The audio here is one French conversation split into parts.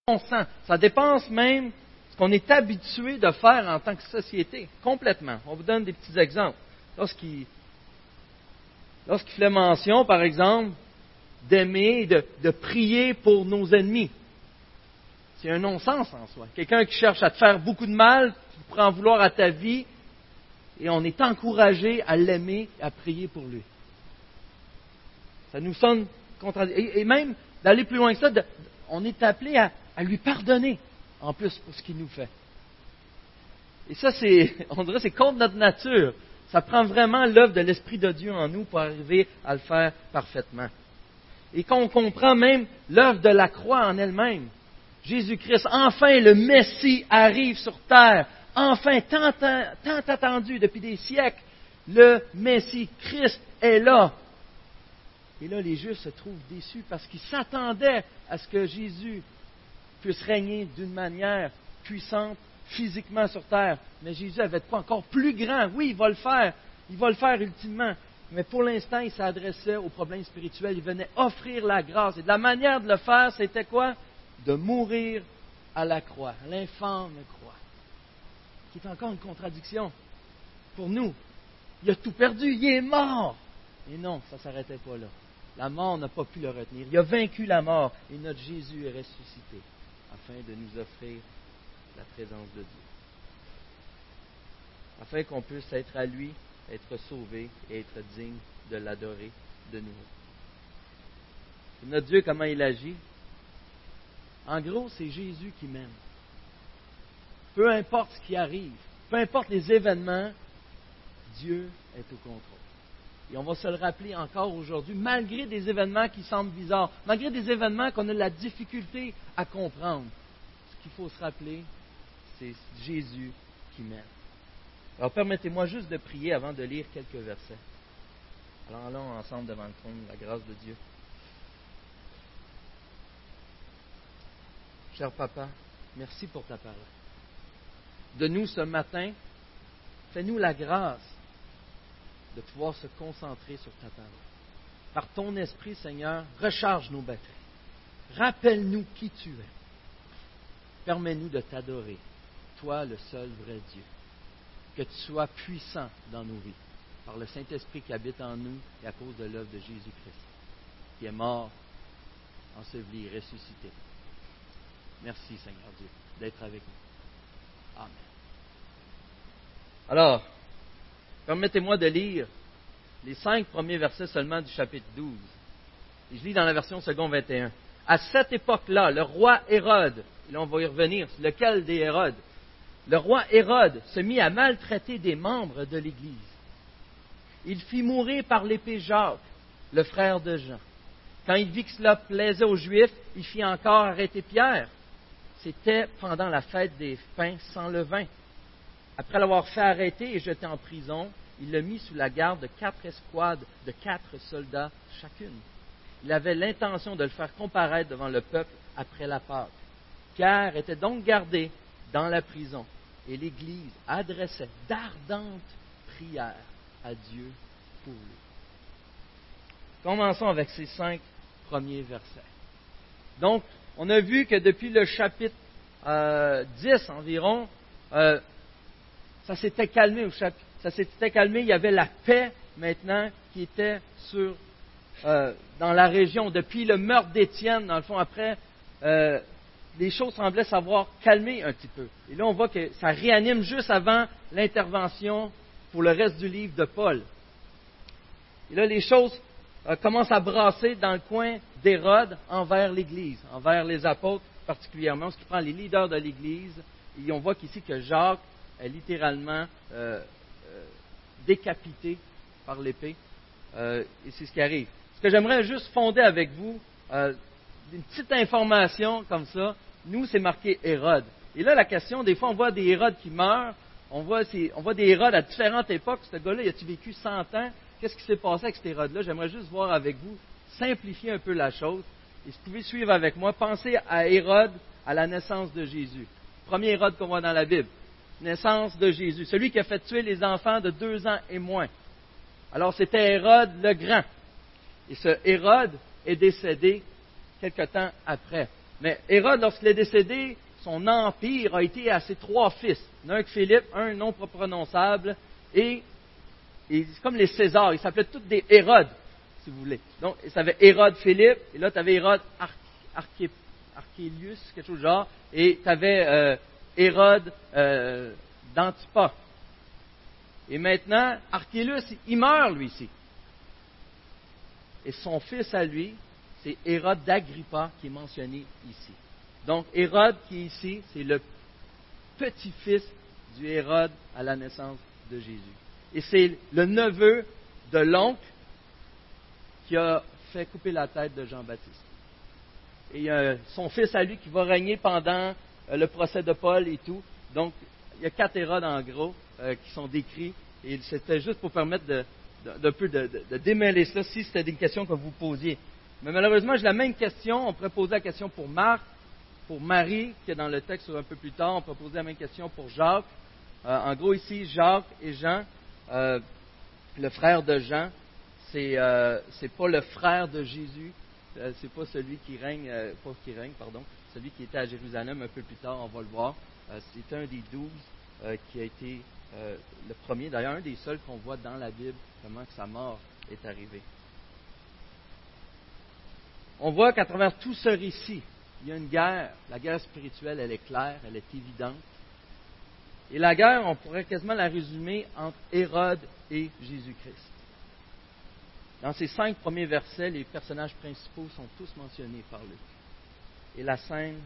bon sens. Ça dépasse même ce qu'on est habitué de faire en tant que société, complètement. On vous donne des petits exemples. Lorsqu'il fait mention, par exemple, d'aimer et de prier pour nos ennemis. C'est un non-sens en soi. Quelqu'un qui cherche à te faire beaucoup de mal, qui pourrait en vouloir à ta vie, et on est encouragé à l'aimer, à prier pour lui. Ça nous sonne contradictoire. Et même d'aller plus loin que ça, on est appelé à lui pardonner, en plus, pour ce qu'il nous fait. Et ça, on dirait, c'est contre notre nature. Ça prend vraiment l'œuvre de l'Esprit de Dieu en nous pour arriver à le faire parfaitement. Et quand on comprend même l'œuvre de la croix en elle-même, Jésus-Christ, enfin le Messie arrive sur terre, enfin tant attendu depuis des siècles, le Messie, Christ est là. Et là, les Juifs se trouvent déçus parce qu'ils s'attendaient à ce que Jésus puisse régner d'une manière puissante, physiquement sur terre. Mais Jésus avait de quoi encore plus grand. Oui, il va le faire ultimement. Mais pour l'instant, il s'adressait aux problèmes spirituels. Il venait offrir la grâce. Et de la manière de le faire, c'était quoi? De mourir à la croix, à l'infâme croix. Qui est encore une contradiction pour nous. Il a tout perdu, il est mort. Et non, ça ne s'arrêtait pas là. La mort n'a pas pu le retenir. Il a vaincu la mort et notre Jésus est ressuscité afin de nous offrir la présence de Dieu. Afin qu'on puisse être à lui, être sauvé et être digne de l'adorer de nouveau. Et notre Dieu, comment il agit? En gros, c'est Jésus qui m'aime. Peu importe ce qui arrive, peu importe les événements, Dieu est au contrôle. Et on va se le rappeler encore aujourd'hui, malgré des événements qui semblent bizarres, malgré des événements qu'on a de la difficulté à comprendre. Ce qu'il faut se rappeler, c'est Jésus qui m'aime. Alors permettez-moi juste de prier avant de lire quelques versets. Alors allons ensemble devant le trône de la grâce de Dieu. Cher Papa, merci pour ta parole. Donne-nous ce matin, fais-nous la grâce de pouvoir se concentrer sur ta parole. Par ton esprit, Seigneur, recharge nos batteries. Rappelle-nous qui tu es. Permets-nous de t'adorer, toi le seul vrai Dieu. Que tu sois puissant dans nos vies, par le Saint-Esprit qui habite en nous et à cause de l'œuvre de Jésus-Christ, qui est mort, enseveli et ressuscité. Merci, Seigneur Dieu, d'être avec nous. Amen. Alors, permettez-moi de lire les 5 premiers versets seulement du chapitre 12. Et je lis dans la version second 21. À cette époque-là, le roi Hérode, et là on va y revenir, lequel des Hérodes? Le roi Hérode se mit à maltraiter des membres de l'Église. Il fit mourir par l'épée Jacques, le frère de Jean. Quand il vit que cela plaisait aux Juifs, il fit encore arrêter Pierre. C'était pendant la fête des pains sans levain. Après l'avoir fait arrêter et jeter en prison, il le mit sous la garde de 4 escouades de 4 soldats chacune. Il avait l'intention de le faire comparaître devant le peuple après la Pâque. Pierre était donc gardé dans la prison et l'Église adressait d'ardentes prières à Dieu pour lui. Commençons avec ces 5 premiers versets. Donc, on a vu que depuis le chapitre 10 environ, ça s'était calmé. Il y avait la paix maintenant qui était dans la région. Depuis le meurtre d'Étienne, dans le fond, après, les choses semblaient s'avoir calmé un petit peu. Et là, on voit que ça réanime juste avant l'intervention pour le reste du livre de Paul. Et là, les choses commencent à brasser dans le coin d'Hérode envers l'Église, envers les apôtres particulièrement, ce qui prend les leaders de l'Église. Et on voit qu'ici que Jacques est littéralement décapité par l'épée. Et c'est ce qui arrive. Ce que j'aimerais juste fonder avec vous, une petite information comme ça. Nous, c'est marqué Hérode. Et là, la question, des fois, on voit des Hérodes qui meurent. On voit des Hérodes à différentes époques. Ce gars-là, il a-tu vécu 100 ans? Qu'est-ce qui s'est passé avec cet Hérode-là? J'aimerais juste voir avec vous, simplifier un peu la chose. Et si vous pouvez suivre avec moi, pensez à Hérode, à la naissance de Jésus. Premier Hérode qu'on voit dans la Bible. Naissance de Jésus. Celui qui a fait tuer les enfants de 2 ans et moins. Alors, c'était Hérode le Grand. Et ce Hérode est décédé quelque temps après. Mais Hérode, lorsqu'il est décédé, son empire a été à ses 3 fils. Il y en a un que Philippe, un non prononçable, et c'est comme les Césars. Ils s'appelaient tous des Hérodes, si vous voulez. Donc, ça avait Hérode Philippe, et là, tu avais Hérode Archélius, quelque chose du genre, et tu avais Hérode d'Antipas. Et maintenant, Archélius, il meurt, lui, ici. Et son fils à lui, c'est Hérode d'Agrippa qui est mentionné ici. Donc, Hérode qui est ici, c'est le petit-fils du Hérode à la naissance de Jésus. Et c'est le neveu de l'oncle qui a fait couper la tête de Jean-Baptiste. Et il y a son fils à lui qui va régner pendant le procès de Paul et tout. Donc, il y a 4 Hérodes en gros qui sont décrits. Et c'était juste pour permettre de démêler ça si c'était une question que vous posiez. Mais malheureusement, j'ai la même question. On pourrait poser la question pour Marc, pour Marie, qui est dans le texte un peu plus tard. On peut poser la même question pour Jacques. En gros, ici, Jacques et Jean, le frère de Jean, c'est pas le frère de Jésus. C'est pas celui qui règne, celui qui était à Jérusalem un peu plus tard, on va le voir. C'est un des 12 qui a été le premier, d'ailleurs un des seuls qu'on voit dans la Bible, comment que sa mort est arrivée. On voit qu'à travers tout ce récit, il y a une guerre. La guerre spirituelle, elle est claire, elle est évidente. Et la guerre, on pourrait quasiment la résumer entre Hérode et Jésus-Christ. Dans ces 5 premiers versets, les personnages principaux sont tous mentionnés par Luc. Et la scène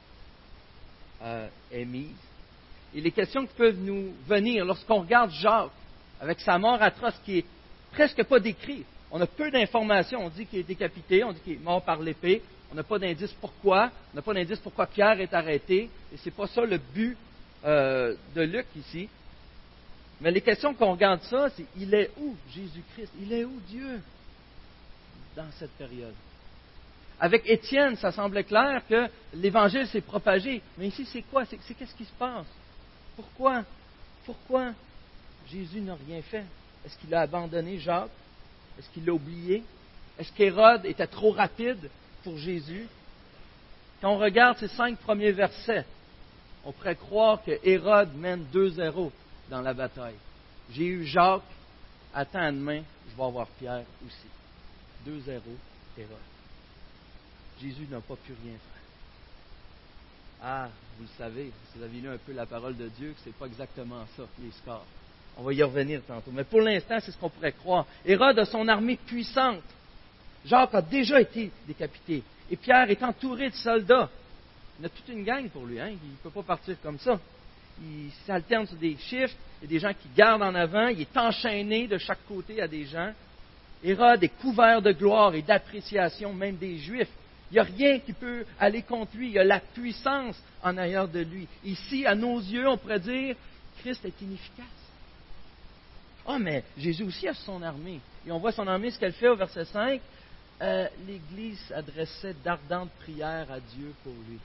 est mise. Et les questions qui peuvent nous venir lorsqu'on regarde Jacques, avec sa mort atroce qui est presque pas décrite. On a peu d'informations. On dit qu'il est décapité, on dit qu'il est mort par l'épée. On n'a pas d'indice pourquoi. On n'a pas d'indice pourquoi Pierre est arrêté. Et ce n'est pas ça le but de Luc ici. Mais les questions qu'on regarde ça, c'est il est où Jésus-Christ? Il est où Dieu dans cette période? Avec Étienne, ça semblait clair que l'Évangile s'est propagé. Mais ici, c'est quoi? C'est qu'est-ce qui se passe? Pourquoi? Pourquoi Jésus n'a rien fait? Est-ce qu'il a abandonné Jacques? Est-ce qu'il l'a oublié? Est-ce qu'Hérode était trop rapide pour Jésus? Quand on regarde ces 5 premiers versets, on pourrait croire que Hérode mène 2-0 dans la bataille. J'ai eu Jacques, attends demain, je vais avoir Pierre aussi. 2-0, Hérode. Jésus n'a pas pu rien faire. Ah, vous le savez, si vous avez lu un peu la parole de Dieu, que ce n'est pas exactement ça, les scores. On va y revenir tantôt. Mais pour l'instant, c'est ce qu'on pourrait croire. Hérode a son armée puissante. Jacques a déjà été décapité. Et Pierre est entouré de soldats. Il a toute une gang pour lui. Hein? Il ne peut pas partir comme ça. Il s'alterne sur des shifts. Il y a des gens qui gardent en avant. Il est enchaîné de chaque côté à des gens. Hérode est couvert de gloire et d'appréciation, même des Juifs. Il n'y a rien qui peut aller contre lui. Il y a la puissance en arrière de lui. Ici, à nos yeux, on pourrait dire, Christ est inefficace. Ah, mais Jésus aussi a son armée. Et on voit son armée, ce qu'elle fait au verset 5. L'Église adressait d'ardentes prières à Dieu pour lui.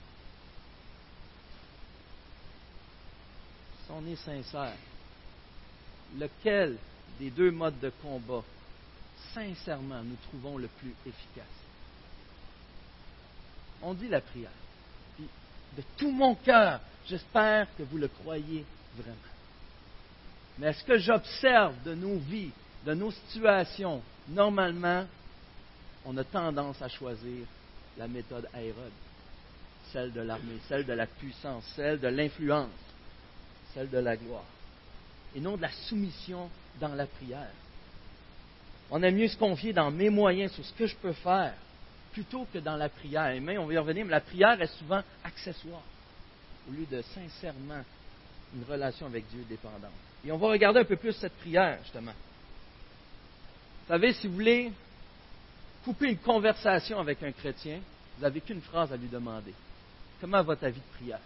Si on est sincère, lequel des 2 modes de combat, sincèrement, nous trouvons le plus efficace? On dit la prière. Puis, de tout mon cœur, j'espère que vous le croyez vraiment. Mais est-ce que j'observe de nos vies, de nos situations, normalement, on a tendance à choisir la méthode à Hérode, celle de l'armée, celle de la puissance, celle de l'influence, celle de la gloire, et non de la soumission dans la prière. On aime mieux se confier dans mes moyens sur ce que je peux faire, plutôt que dans la prière. Et même, on va y revenir, mais la prière est souvent accessoire, au lieu de sincèrement une relation avec Dieu dépendante. Et on va regarder un peu plus cette prière, justement. Vous savez, si vous voulez couper une conversation avec un chrétien, vous n'avez qu'une phrase à lui demander. Comment va ta vie de prière?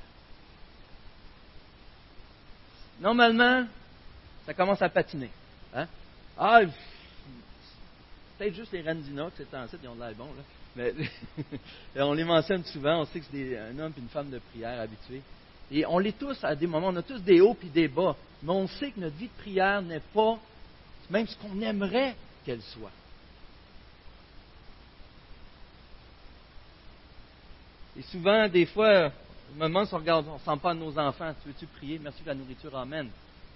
Normalement, ça commence à patiner. Hein? Ah, peut-être juste les Randina, que c'est en site, ils ont de l'air bons, là. Mais on les mentionne souvent, on sait que c'est un homme et une femme de prière habitués. Et on l'est tous à des moments, on a tous des hauts et des bas. Mais on sait que notre vie de prière n'est pas même ce qu'on aimerait qu'elle soit. Et souvent, des fois, je me demande si on regarde, on ne ressemble pas à nos enfants. Tu veux-tu prier? Merci de la nourriture, amen.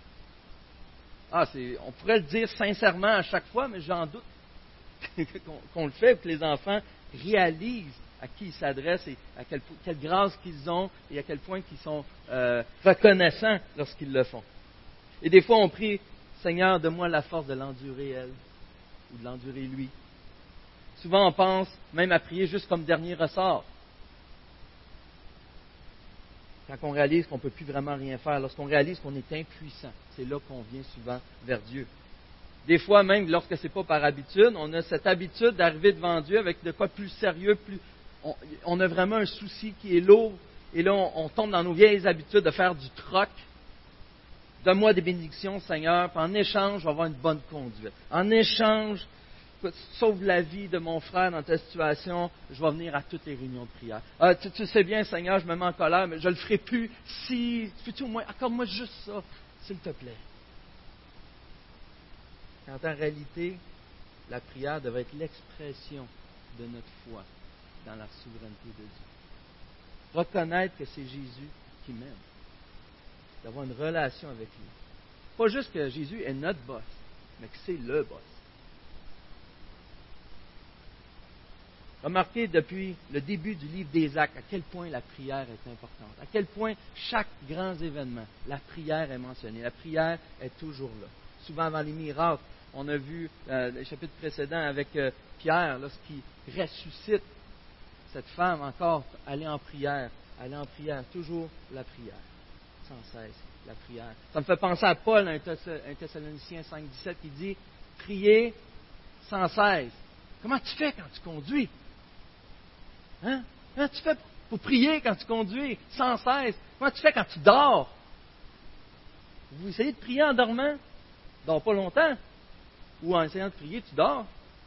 On pourrait le dire sincèrement à chaque fois, mais j'en doute qu'on le fait, que les enfants réalisent à qui ils s'adressent et à quelle grâce qu'ils ont et à quel point ils sont reconnaissants lorsqu'ils le font. Et des fois, on prie, Seigneur, donne-moi la force de l'endurer elle ou de l'endurer lui. Souvent, on pense même à prier juste comme dernier ressort. Quand on réalise qu'on ne peut plus vraiment rien faire, lorsqu'on réalise qu'on est impuissant, c'est là qu'on vient souvent vers Dieu. Des fois, même lorsque ce n'est pas par habitude, on a cette habitude d'arriver devant Dieu avec de quoi plus sérieux, on a vraiment un souci qui est lourd, et là, on tombe dans nos vieilles habitudes de faire du troc. Donne-moi des bénédictions, Seigneur, puis en échange, je vais avoir une bonne conduite. En échange, sauve la vie de mon frère dans ta situation, je vais venir à toutes les réunions de prière. Tu sais bien, Seigneur, je me mets en colère, mais je ne le ferai plus si... Peux-tu au moins, accorde-moi juste ça, s'il te plaît. Quand en réalité, la prière devrait être l'expression de notre foi dans la souveraineté de Dieu. Reconnaître que c'est Jésus qui m'aime. D'avoir une relation avec lui. Pas juste que Jésus est notre boss, mais que c'est le boss. Remarquez depuis le début du livre des Actes à quel point la prière est importante, à quel point chaque grand événement, la prière est mentionnée. La prière est toujours là. Souvent avant les miracles, on a vu le chapitre précédent avec Pierre, lorsqu'il ressuscite cette femme encore, aller en prière, toujours la prière, sans cesse la prière. Ça me fait penser à Paul, un Thessaloniciens 5,17, qui dit « Priez sans cesse ». Comment tu fais quand tu conduis? Hein? Comment tu fais pour prier quand tu conduis sans cesse? Comment tu fais quand tu dors? Vous essayez de prier en dormant? Tu ne dors pas longtemps. Ou en essayant de prier, tu dors.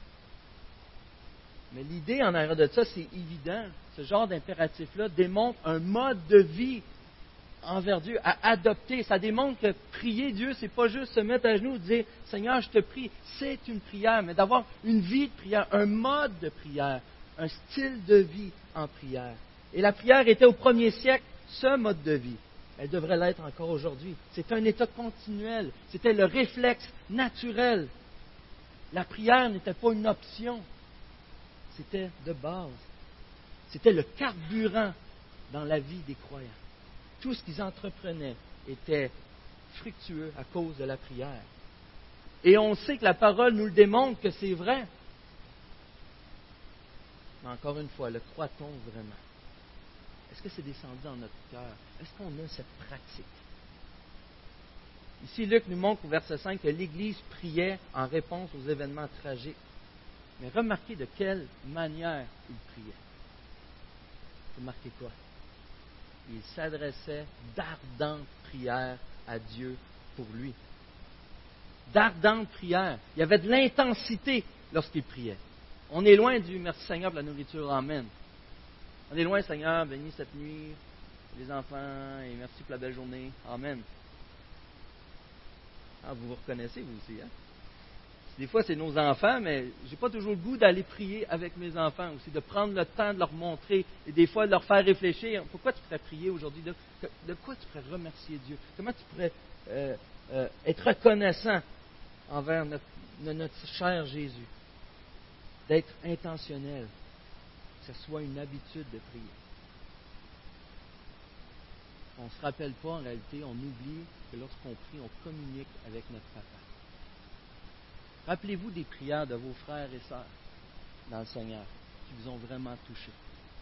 Mais l'idée en arrière de ça, c'est évident. Ce genre d'impératif-là démontre un mode de vie envers Dieu à adopter. Ça démontre que prier Dieu, c'est pas juste se mettre à genoux et dire « Seigneur, je te prie ». C'est une prière, mais d'avoir une vie de prière, un mode de prière, un style de vie en prière. Et la prière était au premier siècle ce mode de vie. Elle devrait l'être encore aujourd'hui. C'est un état continuel. C'était le réflexe naturel. La prière n'était pas une option. C'était de base. C'était le carburant dans la vie des croyants. Tout ce qu'ils entreprenaient était fructueux à cause de la prière. Et on sait que la parole nous le démontre que c'est vrai. Mais encore une fois, le croit-on vraiment? Est-ce que c'est descendu dans notre cœur? Est-ce qu'on a cette pratique? Ici, Luc nous montre au verset 5 que l'Église priait en réponse aux événements tragiques. Mais remarquez de quelle manière il priait. Remarquez quoi? Il s'adressait d'ardentes prières à Dieu pour lui. D'ardentes prières. Il y avait de l'intensité lorsqu'il priait. On est loin du merci Seigneur pour la nourriture, amen. On est loin, Seigneur, bénis cette nuit, les enfants, et merci pour la belle journée, amen. Vous vous reconnaissez, vous aussi, hein? Des fois, c'est nos enfants, mais je n'ai pas toujours le goût d'aller prier avec mes enfants aussi, de prendre le temps de leur montrer et des fois de leur faire réfléchir. Pourquoi tu pourrais prier aujourd'hui? De quoi tu pourrais remercier Dieu? Comment tu pourrais être reconnaissant envers notre cher Jésus? D'être intentionnel, que ce soit une habitude de prier. On ne se rappelle pas, en réalité, on oublie que lorsqu'on prie, on communique avec notre Papa. Rappelez-vous des prières de vos frères et sœurs dans le Seigneur qui vous ont vraiment touché.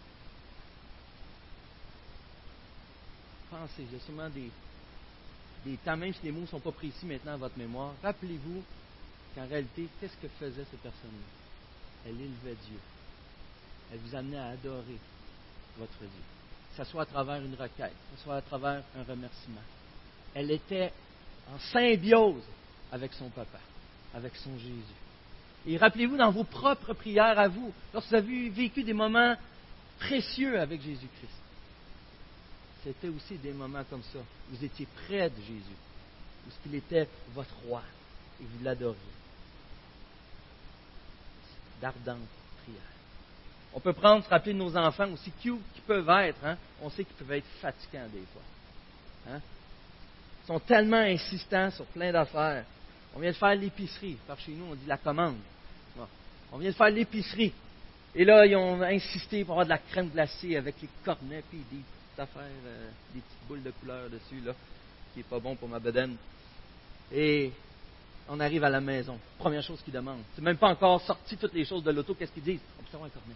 Pensez, il y a sûrement des temps, même si les mots ne sont pas précis maintenant à votre mémoire, rappelez-vous qu'en réalité, qu'est-ce que faisait cette personne-là? Elle élevait Dieu. Elle vous amenait à adorer votre Dieu. Que ce soit à travers une requête, que ce soit à travers un remerciement. Elle était en symbiose avec son Papa, avec son Jésus. Et rappelez-vous dans vos propres prières à vous, lorsque vous avez vécu des moments précieux avec Jésus-Christ. C'était aussi des moments comme ça. Vous étiez près de Jésus, où il était votre roi, et vous l'adoriez. D'ardentes prières. On peut prendre, se rappeler de nos enfants, aussi cute qu'ils peuvent être. Hein? On sait qu'ils peuvent être fatigants des fois. Hein? Ils sont tellement insistants sur plein d'affaires. On vient de faire l'épicerie. Par chez nous, on dit la commande. Bon. On vient de faire l'épicerie. Et là, ils ont insisté pour avoir de la crème glacée avec les cornets, puis des petites affaires, des petites boules de couleur dessus, là, qui n'est pas bon pour ma bedaine. Et on arrive à la maison. Première chose qu'ils demandent. C'est même pas encore sorti toutes les choses de l'auto. Qu'est-ce qu'ils disent? On peut avoir un cornet.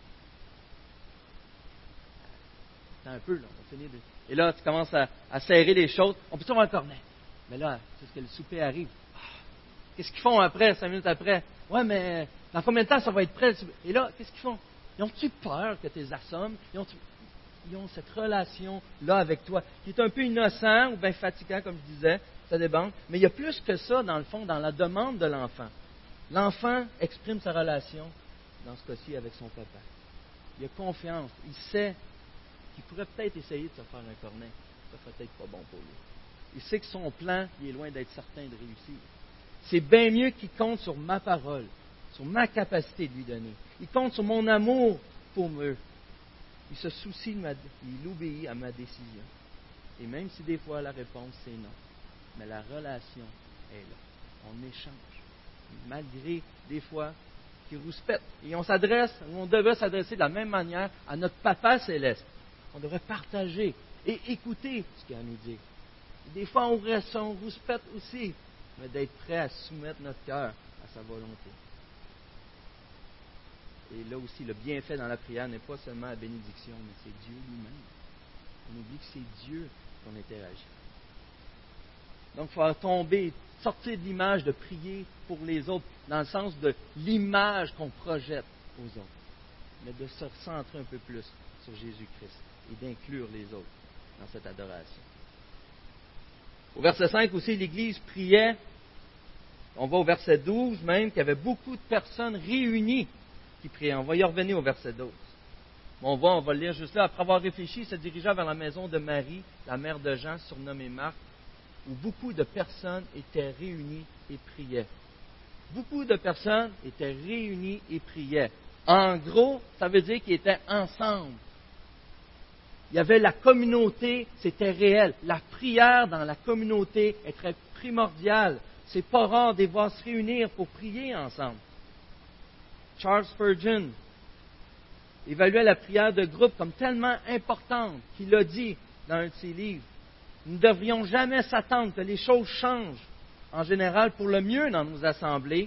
Attends un peu, là. On finit de... Et là, tu commences à serrer les choses. On peut avoir un cornet. Mais là, c'est ce que le souper arrive. Qu'est-ce qu'ils font après, 5 minutes après? Ouais, mais dans combien de temps ça va être prêt? Et là, qu'est-ce qu'ils font? Ils ont-tu peur que tu les assommes? Ils ont cette relation-là avec toi, qui est un peu innocent ou bien fatigant, comme je disais, ça dépend. Mais il y a plus que ça, dans le fond, dans la demande de l'enfant. L'enfant exprime sa relation, dans ce cas-ci, avec son papa. Il a confiance. Il sait qu'il pourrait peut-être essayer de se faire un cornet. Ça serait peut-être pas bon pour lui. Il sait que son plan, il est loin d'être certain de réussir. C'est bien mieux qu'il compte sur ma parole, sur ma capacité de lui donner. Il compte sur mon amour pour eux. Il se soucie, il obéit à ma décision. Et même si des fois la réponse c'est non, mais la relation est là. On échange. Malgré des fois qu'il rouspète. Et on devrait s'adresser de la même manière à notre Papa céleste. On devrait partager et écouter ce qu'il a à nous dire. Et des fois on rouspète aussi, mais d'être prêt à soumettre notre cœur à sa volonté. Et là aussi, le bienfait dans la prière n'est pas seulement la bénédiction, mais c'est Dieu lui-même. On oublie que c'est Dieu qu'on interagit. Donc, il faut sortir de l'image de prier pour les autres, dans le sens de l'image qu'on projette aux autres, mais de se centrer un peu plus sur Jésus-Christ et d'inclure les autres dans cette adoration. Au verset 5 aussi, l'Église priait. On va au verset 12 même, qu'il y avait beaucoup de personnes réunies qui priaient. On va y revenir au verset 12. On va le lire juste là. Après avoir réfléchi, il se dirigea vers la maison de Marie, la mère de Jean, surnommée Marc, où beaucoup de personnes étaient réunies et priaient. Beaucoup de personnes étaient réunies et priaient. En gros, ça veut dire qu'ils étaient ensemble. Il y avait la communauté, c'était réel. La prière dans la communauté est très primordiale. C'est pas rare de les voir se réunir pour prier ensemble. Charles Spurgeon évaluait la prière de groupe comme tellement importante qu'il a dit dans un de ses livres, nous ne devrions jamais s'attendre que les choses changent en général pour le mieux dans nos assemblées,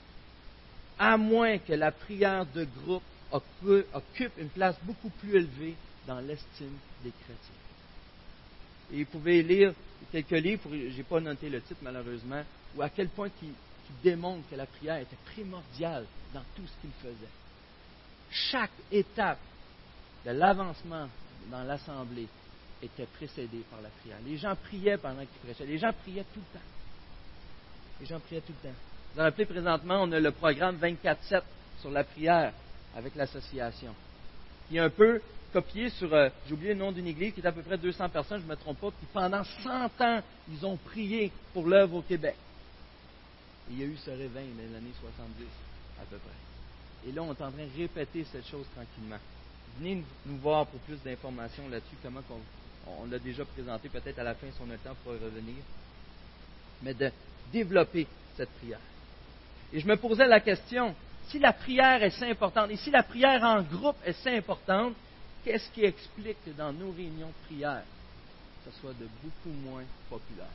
à moins que la prière de groupe occupe une place beaucoup plus élevée dans l'estime des chrétiens. Et vous pouvez lire quelques livres, je n'ai pas noté le titre malheureusement, ou à quel point qui démontre que la prière était primordiale dans tout ce qu'il faisait. Chaque étape de l'avancement dans l'assemblée était précédée par la prière. Les gens priaient pendant qu'ils prêchaient. Les gens priaient tout le temps. Les gens priaient tout le temps. Vous vous rappelez, présentement, on a le programme 24/7 sur la prière avec l'association, qui est un peu copié sur, j'ai oublié le nom d'une église, qui est à peu près 200 personnes, je ne me trompe pas, qui pendant 100 ans, ils ont prié pour l'œuvre au Québec. Et il y a eu ce réveil dans les années 70, à peu près. Et là, on est en train de répéter cette chose tranquillement. Venez nous voir pour plus d'informations là-dessus, comment on l'a déjà présenté, peut-être à la fin, si on a le temps, pour y revenir. Mais de développer cette prière. Et je me posais la question, si la prière est si importante, et si la prière en groupe est si importante, qu'est-ce qui explique que dans nos réunions de prière, ce soit de beaucoup moins populaire?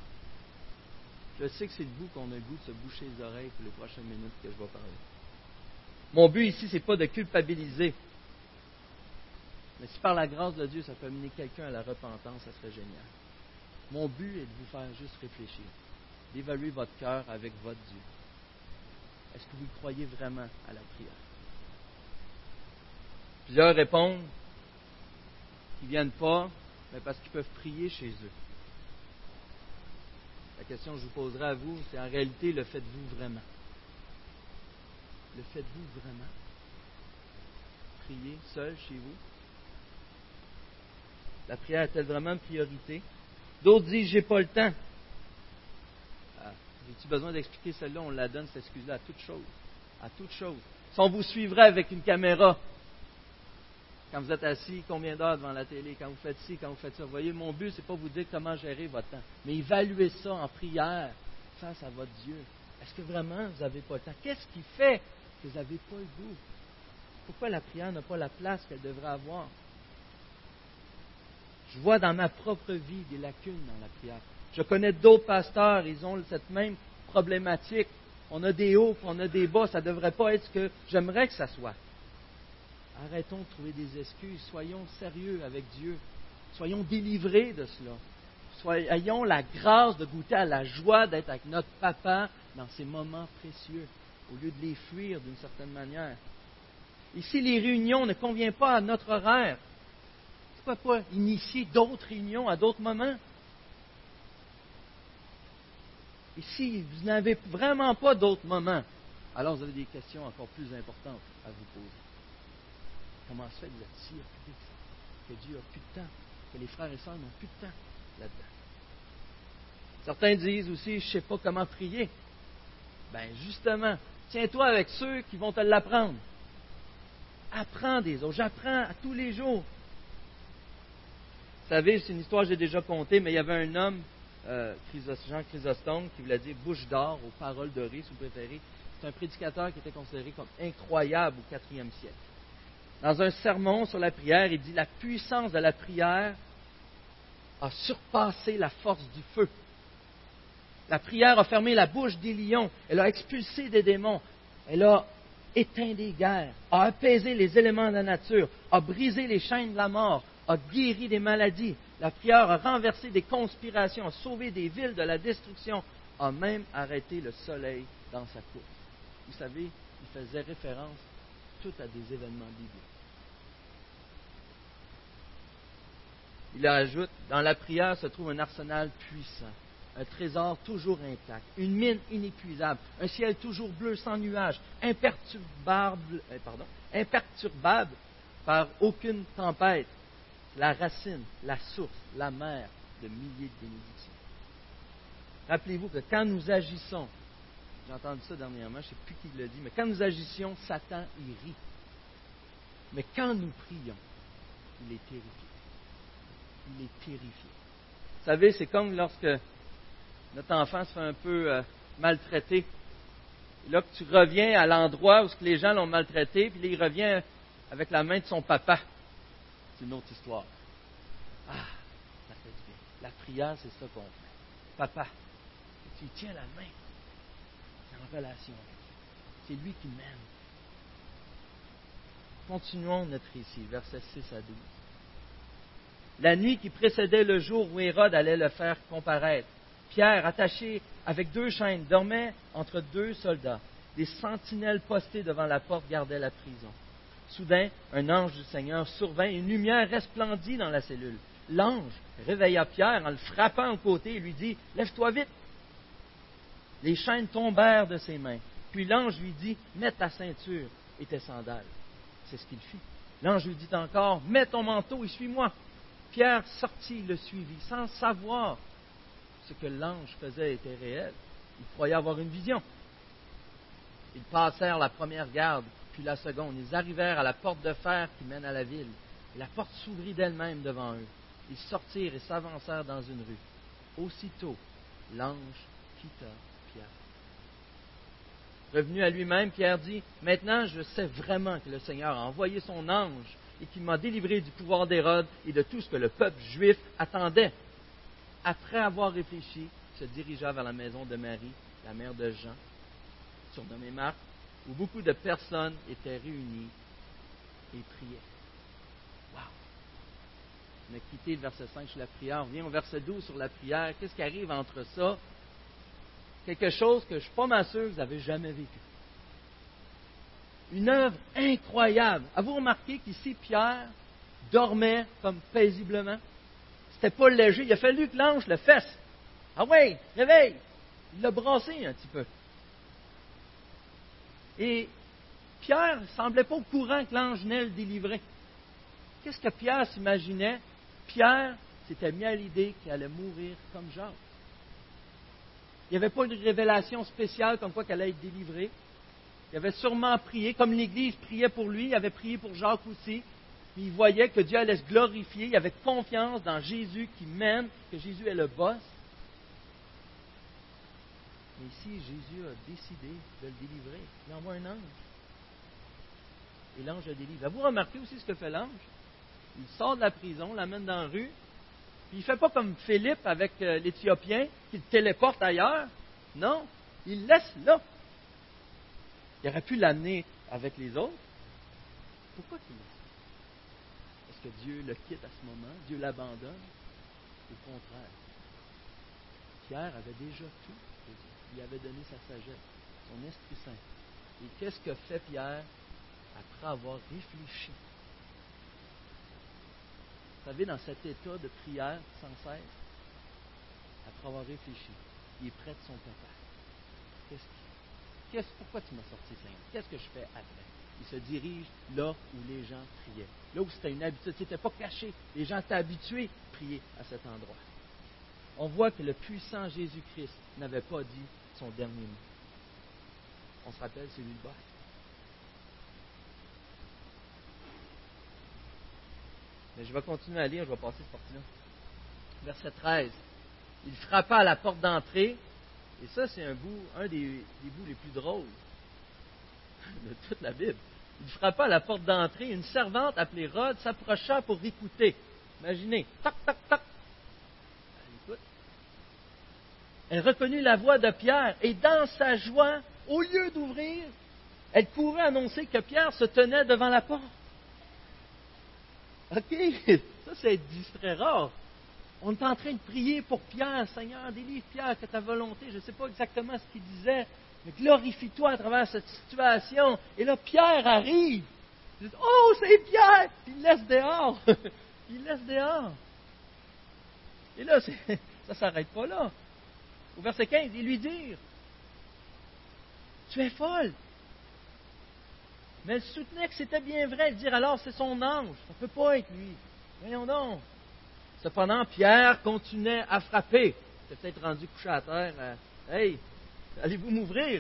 Je sais que c'est de vous qu'on a le goût de se boucher les oreilles pour les prochaines minutes que je vais parler. Mon but ici, ce n'est pas de culpabiliser. Mais si par la grâce de Dieu, ça peut amener quelqu'un à la repentance, ça serait génial. Mon but est de vous faire juste réfléchir, d'évaluer votre cœur avec votre Dieu. Est-ce que vous croyez vraiment à la prière? Plusieurs répondent qu'ils ne viennent pas, mais parce qu'ils peuvent prier chez eux. La question que je vous poserai à vous, c'est en réalité, le faites-vous vraiment? Le faites-vous vraiment? Prier seul chez vous? La prière est-elle vraiment une priorité? D'autres disent, j'ai pas le temps. J'ai-tu besoin d'expliquer celle-là? On la donne, cette excuse-là, à toute chose. À toute chose. Si on vous suivrait avec une caméra, Quand vous êtes assis, combien d'heures devant la télé, quand vous faites ci, quand vous faites ça. Vous voyez, mon but, ce n'est pas vous dire comment gérer votre temps, mais évaluez ça en prière face à votre Dieu. Est-ce que vraiment vous n'avez pas le temps? Qu'est-ce qui fait que vous n'avez pas le goût? Pourquoi la prière n'a pas la place qu'elle devrait avoir? Je vois dans ma propre vie des lacunes dans la prière. Je connais d'autres pasteurs, ils ont cette même problématique. On a des hauts, on a des bas, ça ne devrait pas être ce que j'aimerais que ça soit. Arrêtons de trouver des excuses, soyons sérieux avec Dieu, soyons délivrés de cela. Ayons la grâce de goûter à la joie d'être avec notre papa dans ces moments précieux, au lieu de les fuir d'une certaine manière. Et si les réunions ne conviennent pas à notre horaire, pourquoi pas initier d'autres réunions à d'autres moments? Et si vous n'avez vraiment pas d'autres moments, alors vous avez des questions encore plus importantes à vous poser. Comment se fait que vous êtes si occupé que Dieu n'a plus de temps, que les frères et sœurs n'ont plus de temps là-dedans? Certains disent aussi, je ne sais pas comment prier. Bien, justement, tiens-toi avec ceux qui vont te l'apprendre. Apprends des autres. J'apprends à tous les jours. Vous savez, c'est une histoire que j'ai déjà contée, mais il y avait un homme, Jean Chrysostome, qui voulait dire bouche d'or aux paroles dorées, si vous préférez. C'est un prédicateur qui était considéré comme incroyable au IVe siècle. Dans un sermon sur la prière, il dit « La puissance de la prière a surpassé la force du feu. La prière a fermé la bouche des lions, elle a expulsé des démons, elle a éteint des guerres, a apaisé les éléments de la nature, a brisé les chaînes de la mort, a guéri des maladies. La prière a renversé des conspirations, a sauvé des villes de la destruction, a même arrêté le soleil dans sa course. » Vous savez, il faisait référence tout à des événements bibliques. Il ajoute, dans la prière se trouve un arsenal puissant, un trésor toujours intact, une mine inépuisable, un ciel toujours bleu sans nuages, imperturbable par aucune tempête, la racine, la source, la mer de milliers de bénédictions. Rappelez-vous que quand nous agissons, j'ai entendu ça dernièrement, je ne sais plus qui l'a dit, mais quand nous agissions, Satan y rit. Mais quand nous prions, il est terrifié. Il est terrifié. Vous savez, c'est comme lorsque notre enfant se fait un peu maltraiter. Et là, que tu reviens à l'endroit où les gens l'ont maltraité, puis là, il revient avec la main de son papa. C'est une autre histoire. Ah, ça fait du bien. La prière, c'est ça qu'on fait. Papa, tu lui tiens la main. C'est en relation avec lui. C'est lui qui m'aime. Continuons notre récit, versets 6 à 12. La nuit qui précédait le jour où Hérode allait le faire comparaître, Pierre, attaché avec 2 chaînes, dormait entre 2 soldats. Des sentinelles postées devant la porte gardaient la prison. Soudain, un ange du Seigneur survint et une lumière resplendit dans la cellule. L'ange réveilla Pierre en le frappant au côté et lui dit « Lève-toi vite !» Les chaînes tombèrent de ses mains. Puis l'ange lui dit « Mets ta ceinture et tes sandales. » C'est ce qu'il fit. L'ange lui dit encore « Mets ton manteau et suis-moi. » Pierre sortit et le suivit, sans savoir ce que l'ange faisait était réel. Il croyait avoir une vision. Ils passèrent la première garde, puis la seconde. Ils arrivèrent à la porte de fer qui mène à la ville. Et la porte s'ouvrit d'elle-même devant eux. Ils sortirent et s'avancèrent dans une rue. Aussitôt, l'ange quitta Pierre. Revenu à lui-même, Pierre dit, « Maintenant, je sais vraiment que le Seigneur a envoyé son ange et qu'il m'a délivré du pouvoir d'Hérode et de tout ce que le peuple juif attendait. » Après avoir réfléchi, il se dirigea vers la maison de Marie, la mère de Jean, surnommée Marc, où beaucoup de personnes étaient réunies et priaient. Wow! On a quitté le verset 5 sur la prière, on vient au verset 12 sur la prière. Qu'est-ce qui arrive entre ça? Quelque chose que je ne suis pas mal sûr que vous n'avez jamais vécu. Une œuvre incroyable. Avez-vous remarqué qu'ici, Pierre dormait comme paisiblement? C'était pas léger. Il a fallu que l'ange le fasse. Ah ouais, réveille! Il l'a brassé un petit peu. Et Pierre ne semblait pas au courant que l'ange venait le délivrer. Qu'est-ce que Pierre s'imaginait? Pierre s'était mis à l'idée qu'il allait mourir comme Jacques. Il n'y avait pas une révélation spéciale comme quoi qu'elle allait être délivrée. Il avait sûrement prié, comme l'Église priait pour lui, il avait prié pour Jacques aussi. puis il voyait que Dieu allait se glorifier, il avait confiance dans Jésus qui mène, que Jésus est le boss. Mais ici, Jésus a décidé de le délivrer. Il envoie un ange. Et l'ange le délivre. Avez-vous remarqué aussi ce que fait l'ange? Il sort de la prison, l'amène dans la rue, puis il ne fait pas comme Philippe avec l'Éthiopien, qui le téléporte ailleurs. Non, il le laisse là. Il aurait pu l'amener avec les autres. Pourquoi qu'il le laisse? Est-ce que Dieu le quitte à ce moment? Dieu l'abandonne? Au contraire. Pierre avait déjà tout de Dieu. Il avait donné sa sagesse, son Esprit Saint. Et qu'est-ce que fait Pierre après avoir réfléchi? Vous savez, dans cet état de prière sans cesse, après avoir réfléchi, il est près de son papa. Pourquoi tu m'as sorti, Seigneur? Qu'est-ce que je fais après? Il se dirige là où les gens priaient. Là où c'était une habitude. C'était pas caché. Les gens étaient habitués à prier à cet endroit. On voit que le puissant Jésus-Christ n'avait pas dit son dernier mot. On se rappelle, c'est lui le boss. Mais je vais continuer à lire, je vais passer cette partie-là. Verset 13. Il frappa à la porte d'entrée, et ça, c'est un des bouts les plus drôles de toute la Bible. Il frappa à la porte d'entrée, une servante appelée Rhodes s'approcha pour écouter. Imaginez, toc, toc, toc. Elle écoute. Elle reconnut la voix de Pierre, et dans sa joie, au lieu d'ouvrir, elle courait annoncer que Pierre se tenait devant la porte. OK, ça c'est être distrait rare. On est en train de prier pour Pierre. Seigneur, délivre Pierre, que ta volonté. Je ne sais pas exactement ce qu'il disait, mais glorifie-toi à travers cette situation. Et là, Pierre arrive. Il dit, oh, c'est Pierre! Puis il laisse dehors. Il laisse dehors. Et là, ça ne s'arrête pas là. Au verset 15, il lui dit, tu es folle. Mais elle soutenait que c'était bien vrai. Elle dit, alors c'est son ange. Ça ne peut pas être lui. Voyons donc. Cependant, Pierre continuait à frapper. Il était peut-être rendu couché à terre. Hey, allez-vous m'ouvrir?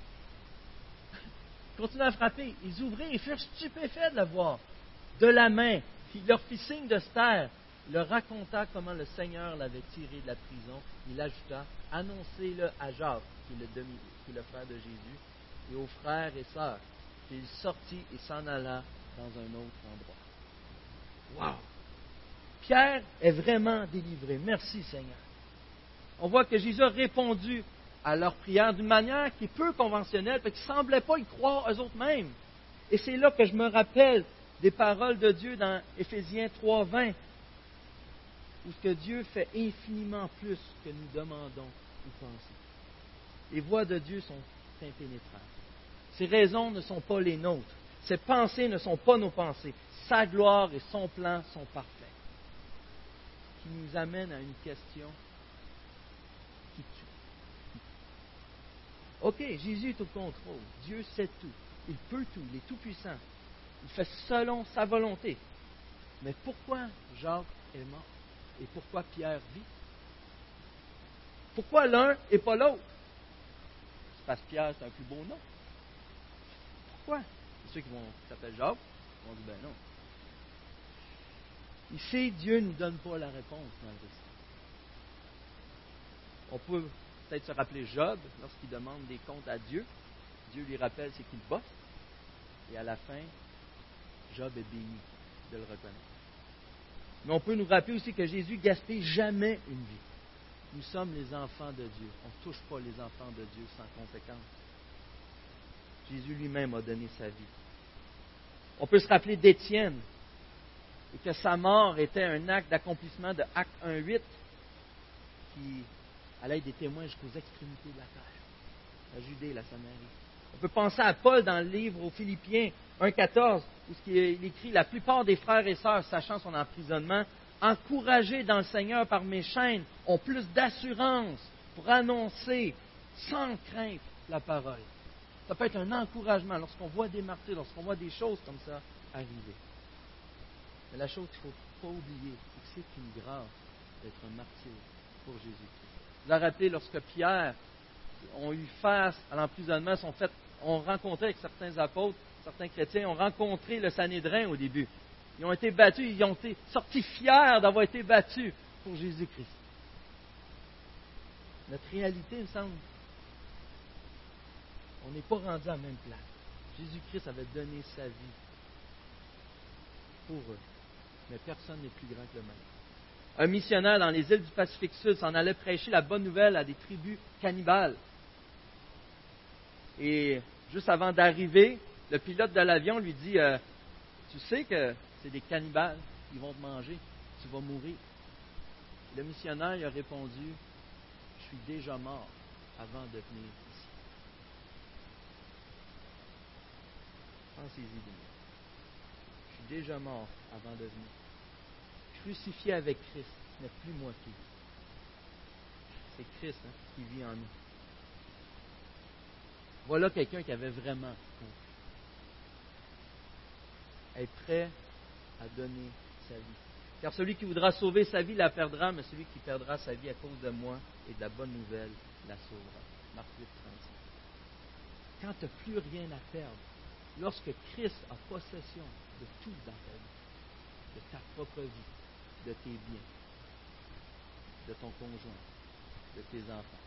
Il continuait à frapper. Ils ouvrirent et furent stupéfaits de le voir. De la main, il leur fit signe de se taire. Il leur raconta comment le Seigneur l'avait tiré de la prison. Il ajouta, annoncez-le à Jacques, qui est le frère de Jésus, et aux frères et sœurs. Il sortit et s'en alla dans un autre endroit. Wow! Pierre est vraiment délivré. Merci, Seigneur. On voit que Jésus a répondu à leur prière d'une manière qui est peu conventionnelle, parce qu'ils ne semblaient pas y croire eux-mêmes. Et c'est là que je me rappelle des paroles de Dieu dans Éphésiens 3:20, où ce que Dieu fait infiniment plus que nous demandons ou pensons. Les voies de Dieu sont impénétrables. Ses raisons ne sont pas les nôtres. Ses pensées ne sont pas nos pensées. Sa gloire et son plan sont parfaits. Qui nous amène à une question qui tue. OK, Jésus est au contrôle. Dieu sait tout. Il peut tout. Il est tout puissant. Il fait selon sa volonté. Mais pourquoi Jacques est mort? Et pourquoi Pierre vit? Pourquoi l'un et pas l'autre? C'est parce que Pierre, c'est un plus beau nom. Pourquoi? Ceux qui s'appellent Jacques vont dire, ben non. Ici, Dieu ne nous donne pas la réponse dans le récit. On peut peut-être se rappeler Job, lorsqu'il demande des comptes à Dieu. Dieu lui rappelle c'est qu'il bosse. Et à la fin, Job est béni de le reconnaître. Mais on peut nous rappeler aussi que Jésus ne gaspille jamais une vie. Nous sommes les enfants de Dieu. On ne touche pas les enfants de Dieu sans conséquence. Jésus lui-même a donné sa vie. On peut se rappeler d'Étienne, et que sa mort était un acte d'accomplissement de Acte 1:8, qui allait être des témoins jusqu'aux extrémités de la terre, la Judée et la Samarie. On peut penser à Paul dans le livre aux Philippiens 1:14, où il écrit « La plupart des frères et sœurs, sachant son emprisonnement, encouragés dans le Seigneur par mes chaînes, ont plus d'assurance pour annoncer sans crainte la parole. » Ça peut être un encouragement lorsqu'on voit des martyrs, lorsqu'on voit des choses comme ça arriver. Mais la chose qu'il ne faut pas oublier, c'est que c'est une grâce d'être un martyr pour Jésus-Christ. Vous vous rappelez, lorsque Pierre ont eu face à l'emprisonnement, ont rencontré avec certains apôtres, certains chrétiens, ont rencontré le Sanhédrin au début. Ils ont été battus, ils ont été sortis fiers d'avoir été battus pour Jésus-Christ. Notre réalité, il me semble, on n'est pas rendu à la même place. Jésus-Christ avait donné sa vie pour eux, mais personne n'est plus grand que le même. Un missionnaire dans les îles du Pacifique Sud s'en allait prêcher la bonne nouvelle à des tribus cannibales. Et juste avant d'arriver, le pilote de l'avion lui dit tu sais que c'est des cannibales, ils vont te manger, tu vas mourir. Le missionnaire il a répondu je suis déjà mort avant de venir ici. Pensez-y 2 minutes. Je suis déjà mort avant de venir. Crucifié avec Christ, ce n'est plus moi qui vis. C'est Christ qui vit en nous. Voilà quelqu'un qui avait vraiment compris. Être prêt à donner sa vie. Car celui qui voudra sauver sa vie la perdra, mais celui qui perdra sa vie à cause de moi et de la bonne nouvelle la sauvera. Marc 8, 35. Quand tu n'as plus rien à perdre, lorsque Christ a possession de tout dans ta vie, de ta propre vie, de tes biens, de ton conjoint, de tes enfants,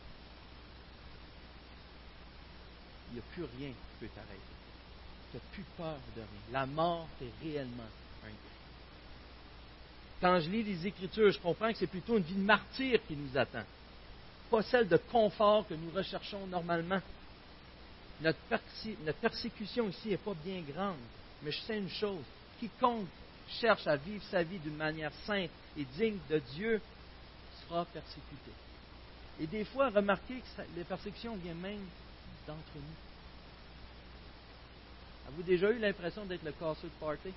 il n'y a plus rien qui peut t'arrêter. Tu n'as plus peur de rien. La mort est réellement un gain. Quand je lis les Écritures, je comprends que c'est plutôt une vie de martyr qui nous attend, pas celle de confort que nous recherchons normalement. Notre persécution ici n'est pas bien grande, mais je sais une chose, quiconque cherche à vivre sa vie d'une manière sainte et digne de Dieu sera persécuté. Et des fois, remarquez que les persécutions viennent même d'entre nous. Avez-vous déjà eu l'impression d'être le casseux de party?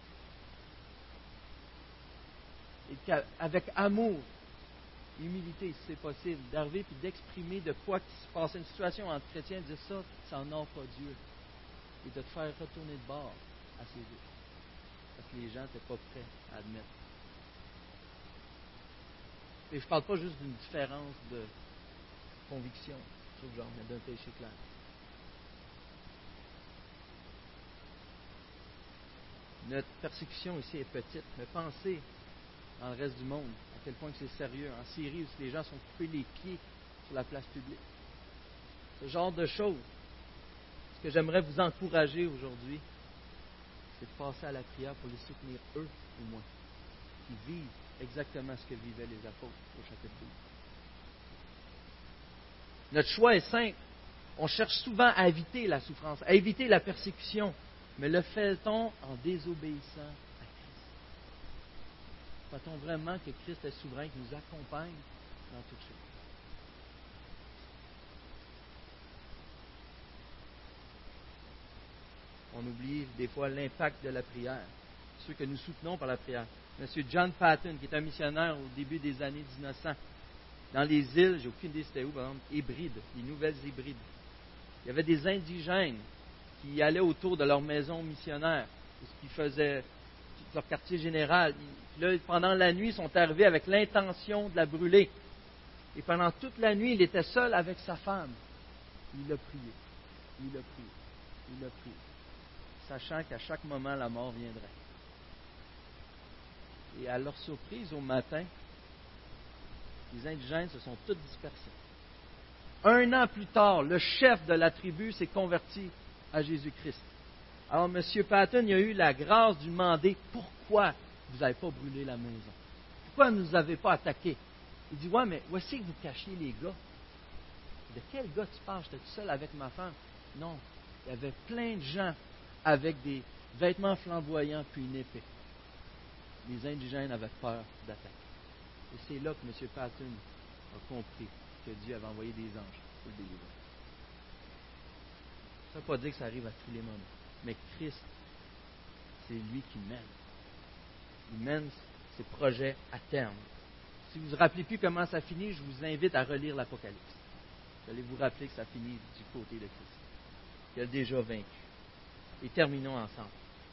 Et qu'avec amour, humilité, si c'est possible, d'arriver et d'exprimer de quoi qui se passe, une situation entre chrétiens, de dire ça n'honore pas Dieu. Et de te faire retourner de bord à ses yeux. Parce que les gens n'étaient pas prêts à admettre. Et je ne parle pas juste d'une différence de conviction sur le genre, mais d'un péché clair. Notre persécution ici est petite, mais pensez dans le reste du monde, à quel point c'est sérieux. En Syrie, où les gens sont coupés les pieds sur la place publique. Ce genre de choses. Ce que j'aimerais vous encourager aujourd'hui, c'est de passer à la prière pour les soutenir, eux ou moi, qui vivent exactement ce que vivaient les apôtres au chapitre 12. Notre choix est simple. On cherche souvent à éviter la souffrance, à éviter la persécution, mais le fait-on en désobéissant à Christ? Croit-on vraiment que Christ est souverain, qui nous accompagne dans toutes choses? On oublie des fois l'impact de la prière, ceux que nous soutenons par la prière. M. John Patton, qui est un missionnaire au début des années 1900, dans les îles, j'ai aucune idée c'était où, par exemple, Hébrides, les Nouvelles Hébrides. Il y avait des indigènes qui allaient autour de leur maison missionnaire, ce qu'ils faisaient, leur quartier général. Là, pendant la nuit, ils sont arrivés avec l'intention de la brûler. Et pendant toute la nuit, il était seul avec sa femme. Il a prié, il a prié, il a prié, sachant qu'à chaque moment, la mort viendrait. Et à leur surprise, au matin, les indigènes se sont tous dispersés. 1 an plus tard, le chef de la tribu s'est converti à Jésus-Christ. Alors, M. Patton il a eu la grâce de lui demander pourquoi vous n'avez pas brûlé la maison. Pourquoi ne nous avez pas attaqués? Il dit, ouais, mais où est-ce que vous cachiez les gars? De quel gars tu parles? J'étais tout seul avec ma femme. Non, il y avait plein de gens avec des vêtements flamboyants puis une épée. Les indigènes avaient peur d'attaquer. Et c'est là que M. Patton a compris que Dieu avait envoyé des anges pour le délivrer. Ça ne veut pas dire que ça arrive à tous les moments. Mais Christ, c'est lui qui mène. Il mène ses projets à terme. Si vous ne vous rappelez plus comment ça finit, je vous invite à relire l'Apocalypse. Vous allez vous rappeler que ça finit du côté de Christ. Il a déjà vaincu. Et terminons ensemble.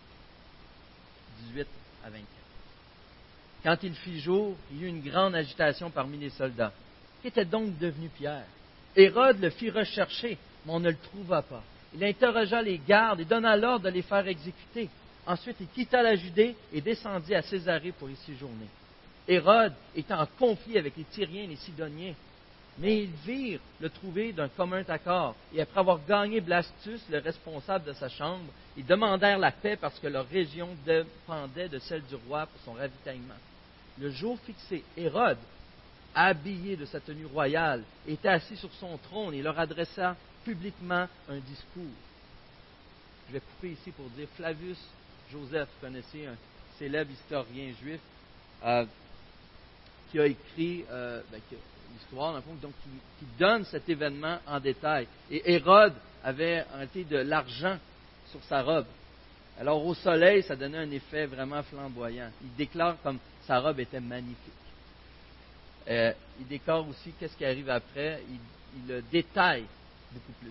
18 à 24. Quand il fit jour, il y eut une grande agitation parmi les soldats. Qu'était donc devenu Pierre? Hérode le fit rechercher, mais on ne le trouva pas. Il interrogea les gardes et donna l'ordre de les faire exécuter. Ensuite, il quitta la Judée et descendit à Césarée pour y séjourner. Hérode était en conflit avec les Tyriens et les Sidoniens, mais ils virent le trouver d'un commun accord, et après avoir gagné Blastus, le responsable de sa chambre, ils demandèrent la paix parce que leur région dépendait de celle du roi pour son ravitaillement. Le jour fixé, Hérode, habillé de sa tenue royale, était assis sur son trône et leur adressa publiquement un discours. Je vais couper ici pour dire Flavius Joseph, vous connaissez un célèbre historien juif qui a écrit l'histoire, dans le fond, donc qui donne cet événement en détail. Et Hérode avait arrêté de l'argent sur sa robe. Alors au soleil, ça donnait un effet vraiment flamboyant. Il déclare comme sa robe était magnifique. Il déclare aussi qu'est-ce qui arrive après. Il le détaille beaucoup plus.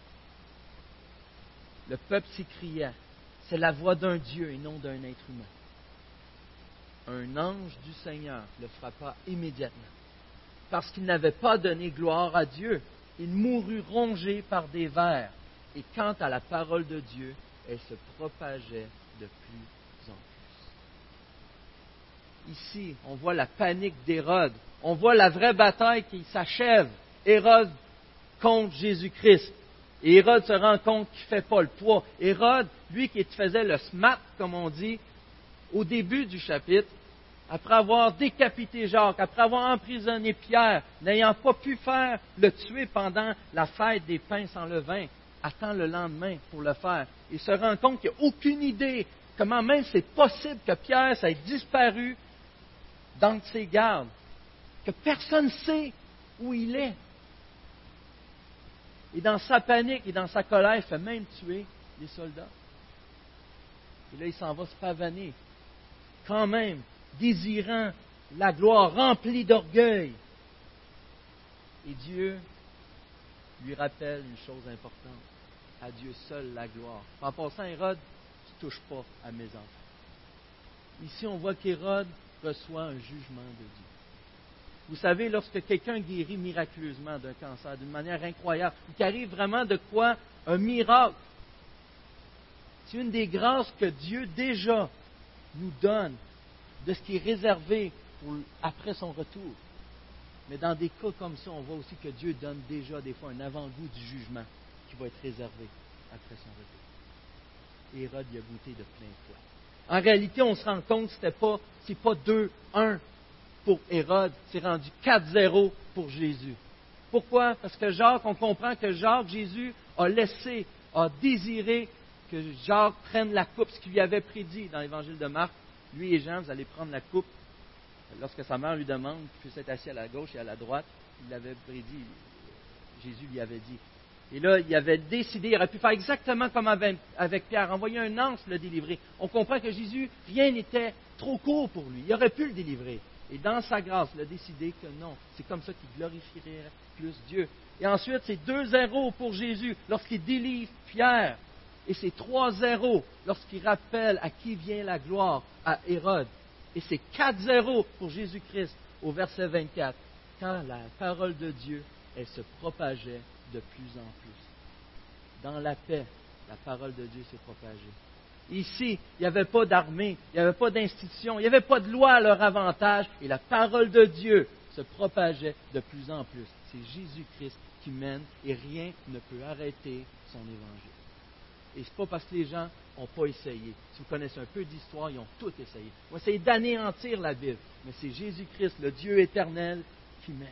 Le peuple s'écria, c'est la voix d'un Dieu et non d'un être humain. Un ange du Seigneur le frappa immédiatement. Parce qu'il n'avait pas donné gloire à Dieu, il mourut rongé par des vers. Et quant à la parole de Dieu, elle se propageait de plus en plus. Ici, on voit la panique d'Hérode. On voit la vraie bataille qui s'achève. Hérode contre Jésus-Christ. Et Hérode se rend compte qu'il ne fait pas le poids. Hérode, lui qui faisait le smart, comme on dit, au début du chapitre, après avoir décapité Jacques, après avoir emprisonné Pierre, n'ayant pas pu faire le tuer pendant la fête des pains sans levain, attend le lendemain pour le faire. Il se rend compte qu'il n'a aucune idée comment même c'est possible que Pierre s'ait disparu d'entre ses gardes, que personne ne sait où il est. Et dans sa panique et dans sa colère, il fait même tuer les soldats. Et là, il s'en va se pavaner, quand même, désirant la gloire, rempli d'orgueil. Et Dieu lui rappelle une chose importante. À Dieu seul la gloire. En passant, Hérode, tu ne touches pas à mes enfants. Ici, on voit qu'Hérode reçoit un jugement de Dieu. Vous savez, lorsque quelqu'un guérit miraculeusement d'un cancer, d'une manière incroyable, ou qu'il arrive vraiment de quoi? Un miracle. C'est une des grâces que Dieu déjà nous donne de ce qui est réservé après son retour. Mais dans des cas comme ça, on voit aussi que Dieu donne déjà des fois un avant-goût du jugement qui va être réservé après son retour. Et Hérode y a goûté de plein fouet. En réalité, on se rend compte que c'est pas 2-1 pour Hérode, c'est rendu 4-0 pour Jésus. Pourquoi? Parce que Jacques, on comprend que Jacques, Jésus, a désiré que Jacques prenne la coupe, ce qu'il lui avait prédit dans l'évangile de Marc. Lui et Jean, vous allez prendre la coupe. Lorsque sa mère lui demande qu'il puisse être assis à la gauche et à la droite, il l'avait prédit, Jésus lui avait dit. Et là, il avait décidé, il aurait pu faire exactement comme avec Pierre, envoyer un ange le délivrer. On comprend que Jésus, rien n'était trop court pour lui. Il aurait pu le délivrer. Et dans sa grâce, il a décidé que non, c'est comme ça qu'il glorifierait plus Dieu. Et ensuite, c'est 2-0 pour Jésus lorsqu'il délivre Pierre. Et c'est 3-0 lorsqu'il rappelle à qui vient la gloire, à Hérode. Et c'est 4-0 pour Jésus-Christ au verset 24, quand la parole de Dieu, elle se propageait de plus en plus. Dans la paix, la parole de Dieu s'est propagée. Ici, il n'y avait pas d'armée, il n'y avait pas d'institution, il n'y avait pas de loi à leur avantage, et la parole de Dieu se propageait de plus en plus. C'est Jésus-Christ qui mène, et rien ne peut arrêter son évangile. Et ce n'est pas parce que les gens n'ont pas essayé. Si vous connaissez un peu d'histoire, ils ont tout essayé. Ils ont essayé d'anéantir la Bible, mais c'est Jésus-Christ, le Dieu éternel, qui mène.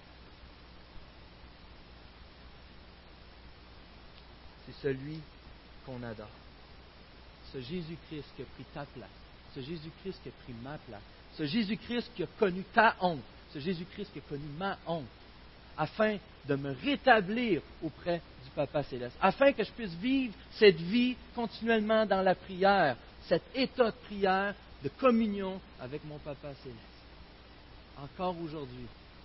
C'est celui qu'on adore. Ce Jésus-Christ qui a pris ta place. Ce Jésus-Christ qui a pris ma place. Ce Jésus-Christ qui a connu ta honte. Ce Jésus-Christ qui a connu ma honte. Afin de me rétablir auprès du Papa Céleste. Afin que je puisse vivre cette vie continuellement dans la prière. Cet état de prière, de communion avec mon Papa Céleste. Encore aujourd'hui,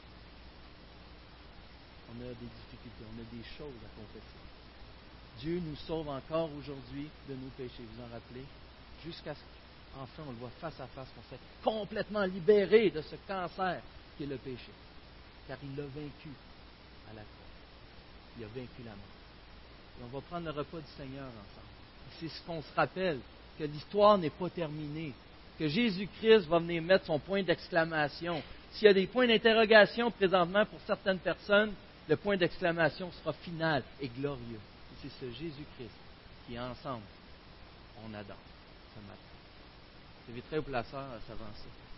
on a des difficultés, on a des choses à confesser. Dieu nous sauve encore aujourd'hui de nos péchés, vous en rappelez? Jusqu'à ce qu'enfin on le voit face à face, qu'on soit complètement libéré de ce cancer qui est le péché. Car il l'a vaincu à la croix. Il a vaincu la mort. Et on va prendre le repas du Seigneur ensemble. C'est ce qu'on se rappelle que l'histoire n'est pas terminée, que Jésus-Christ va venir mettre son point d'exclamation. S'il y a des points d'interrogation présentement pour certaines personnes, le point d'exclamation sera final et glorieux. Et c'est ce Jésus-Christ qui, ensemble, on adore ce matin. J'inviterai au placeur à s'avancer.